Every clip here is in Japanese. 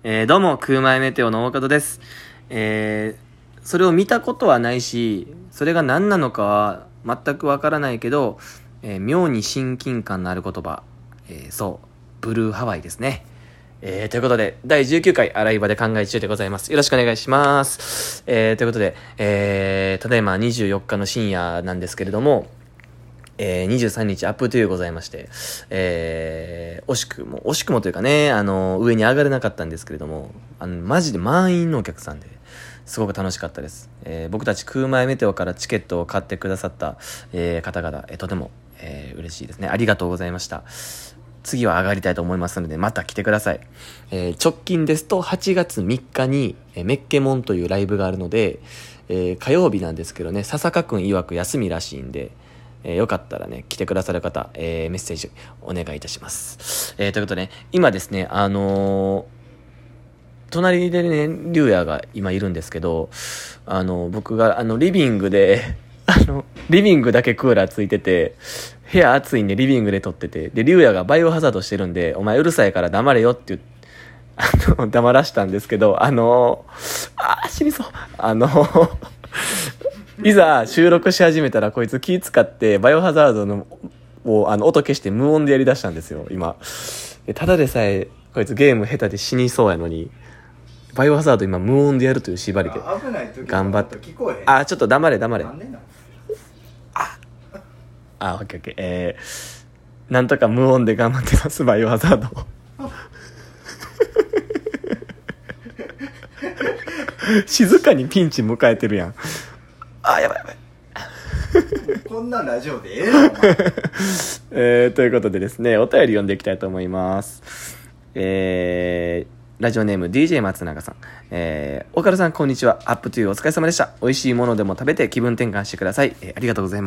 どうも、空前メテオの大門です。それを見たことはないし、それが何なのかは全くわからないけど、妙に親近感のある言葉、そう、ブルーハワイですね。ということで、第19回洗い場で考え中でございます。よろしくお願いします。ということで、ただいま24日の深夜なんですけれども、23日アップトゥーございまして、惜しくもというかね、上に上がれなかったんですけれども、マジで満員のお客さんで、すごく楽しかったです。僕たち空前メテオからチケットを買ってくださった、方々、とても、嬉しいですね。ありがとうございました。次は上がりたいと思いますので、また来てください。直近ですと8月3日に、メッケモンというライブがあるので、火曜日なんですけどね、笹香くん曰く休みらしいんで、よかったらね、来てくださる方、メッセージお願いいたします。ということでね、今ですね、隣でね、竜也が今いるんですけど、僕がリビングで、リビングだけクーラーついてて、部屋暑いんでリビングで撮ってて、で、竜也がバイオハザードしてるんで、お前うるさいから黙れよって黙らしたんですけど、死にそう。いざ収録し始めたらこいつ気使ってバイオハザードのを音消して無音でやりだしたんですよ今。ただでさえこいつゲーム下手で死にそうやのにバイオハザード今無音でやるという縛りで頑張って。ちょっと黙れ。オッケー。なんとか無音で頑張ってますバイオハザード静かにピンチ迎えてるやん。やばいこんなラジオでええのということでですね、お便り読んでいきたいと思います。ラジオネーム DJ 松永さん。岡田さんこんにちは。アップトゥーお疲れ様でした。美味しいものでも食べて気分転換してください。ありがとうございます。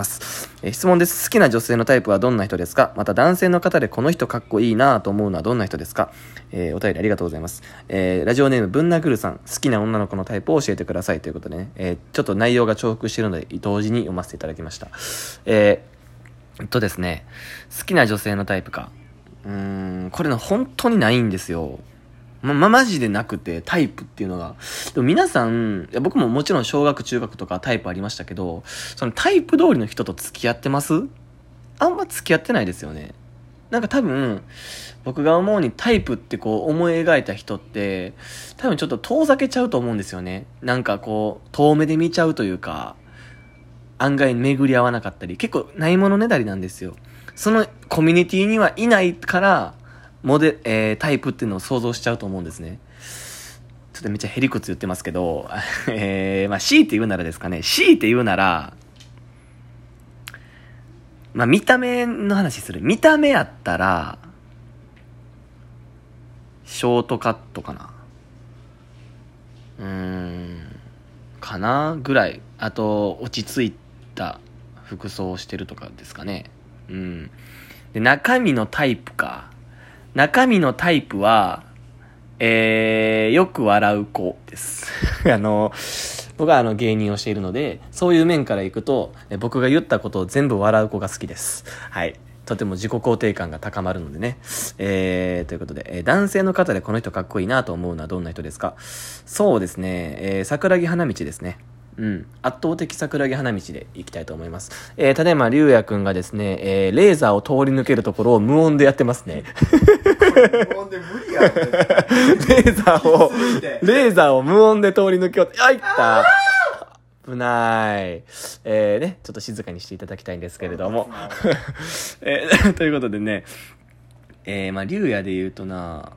質問です。好きな女性のタイプはどんな人ですか？また男性の方でこの人かっこいいなと思うのはどんな人ですか？お便りありがとうございます。ラジオネームぶんなぐるさん。好きな女の子のタイプを教えてくださいということでね、ちょっと内容が重複しているので同時に読ませていただきました。ですね、好きな女性のタイプか。これの本当にないんですよ。マジでなくて、タイプっていうのが。でも皆さん、僕ももちろん小学中学とかタイプありましたけど、そのタイプ通りの人と付き合ってます？あんま付き合ってないですよね。なんか多分、僕が思うにタイプってこう思い描いた人って、多分ちょっと遠ざけちゃうと思うんですよね。なんかこう、遠目で見ちゃうというか、案外巡り合わなかったり、結構ないものねだりなんですよ。そのコミュニティにはいないから、タイプっていうのを想像しちゃうと思うんですね。ちょっとめっちゃへりくつ言ってますけど、強いて言うならですかね。強いて言うなら、見た目の話する。見た目やったら、ショートカットかな。かなぐらい。あと、落ち着いた服装をしてるとかですかね。で、中身のタイプか。中身のタイプは、よく笑う子です。僕は芸人をしているので、そういう面からいくと、僕が言ったことを全部笑う子が好きです。はい。とても自己肯定感が高まるのでね。ということで、男性の方でこの人かっこいいなと思うのはどんな人ですか？そうですね、桜木花道ですね。圧倒的桜木花道でいきたいと思います。ただいま龍也くんがですね、レーザーを通り抜けるところを無音でやってますね。 無音で無理やってレーザーを無音で通り抜けようって、いった危ない。ね、ちょっと静かにしていただきたいんですけれども。ということでね、龍也で言うとな、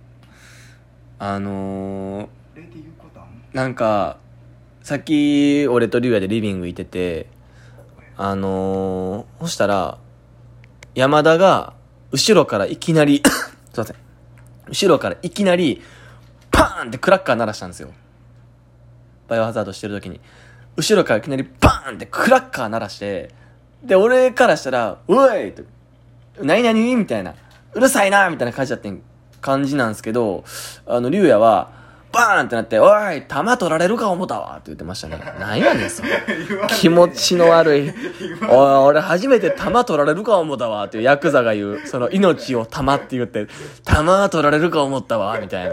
なんか、さっき俺と龍也でリビング行ってて、そしたら山田が後ろからいきなりすいません、後ろからいきなりパーンってクラッカー鳴らしたんですよ。バイオハザードしてる時に後ろからいきなりパーンってクラッカー鳴らして、で俺からしたらおいって何々みたいな、うるさいなみたいな感じなんですけど、龍也はバーンってなって、おい弾取られるか思ったわって言ってましたね。なんやねんそれ気持ちの悪い。おい俺初めて弾取られるか思ったわっていうヤクザが言う、その命を弾って言って弾取られるか思ったわみたいな。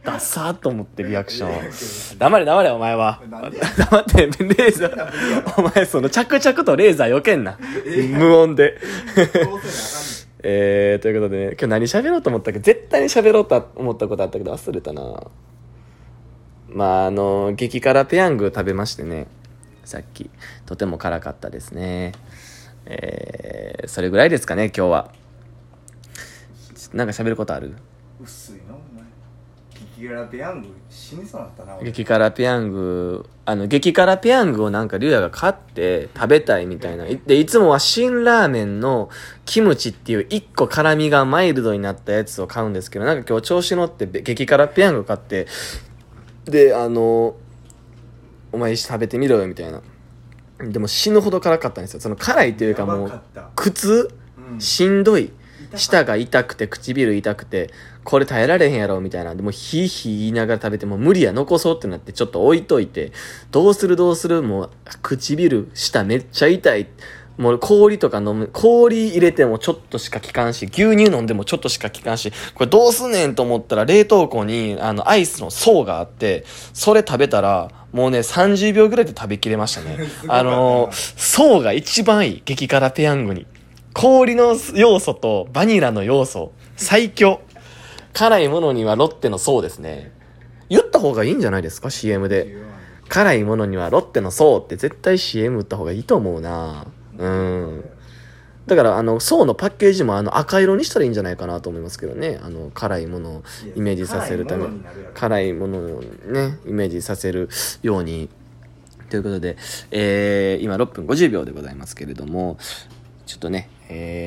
ダサーと思ってリアクション黙れお前はなんで黙ってレーザーお前その着々とレーザー避けんな無音でどうせなあかんねんということでね、今日何喋ろうと思ったっけ。絶対に喋ろうと思ったことあったけど忘れたな。まあ激辛ペヤング食べましてね、さっきとても辛かったですね。それぐらいですかね今日は。なんか喋ることある？ 薄いなお前。激辛ペヤング死にそうになったな俺。 激辛ペヤング激辛ペヤングをなんかリュウヤが買って食べたいみたいなで、いつもは辛ラーメンのキムチっていう1個辛みがマイルドになったやつを買うんですけど、なんか今日調子乗って激辛ペヤング買って、でお前食べてみろよみたいな。でも死ぬほど辛かったんですよ。その辛いというかもうやばかった苦痛、 うんしんどい、舌が痛くて唇痛くてこれ耐えられへんやろみたいな。でもヒーヒー言いながら食べてもう無理や残そうってなってちょっと置いといて、どうするもう唇舌めっちゃ痛い、もう氷とか飲む、氷入れてもちょっとしか効かんし、牛乳飲んでもちょっとしか効かんし、これどうすんねんと思ったら冷凍庫にアイスの層があって、それ食べたらもうね30秒ぐらいで食べきれましたね層が一番いい。激辛ペヤングに氷の要素とバニラの要素最強。辛いものにはロッテの層ですね。言った方がいいんじゃないですか CM で。辛いものにはロッテの層って絶対 CM 打った方がいいと思うな。だから層のパッケージも赤色にしたらいいんじゃないかなと思いますけどね。辛いものをイメージさせるため、辛いものをねイメージさせるようにということで、今6分50秒でございますけれども、ちょっとね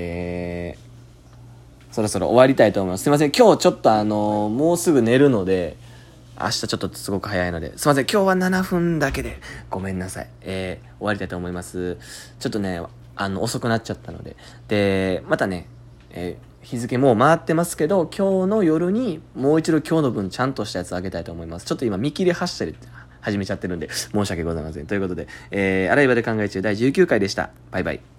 そろそろ終わりたいと思います。すいません、今日ちょっともうすぐ寝るので、明日ちょっとすごく早いので、すいません、今日は7分だけでごめんなさい。終わりたいと思います。ちょっとね遅くなっちゃったので、でまたね、日付もう回ってますけど、今日の夜にもう一度今日の分ちゃんとしたやつあげたいと思います。ちょっと今見切り発車で始めちゃってるんで申し訳ございません。ということで、洗い場で考え中第19回でした。バイバイ。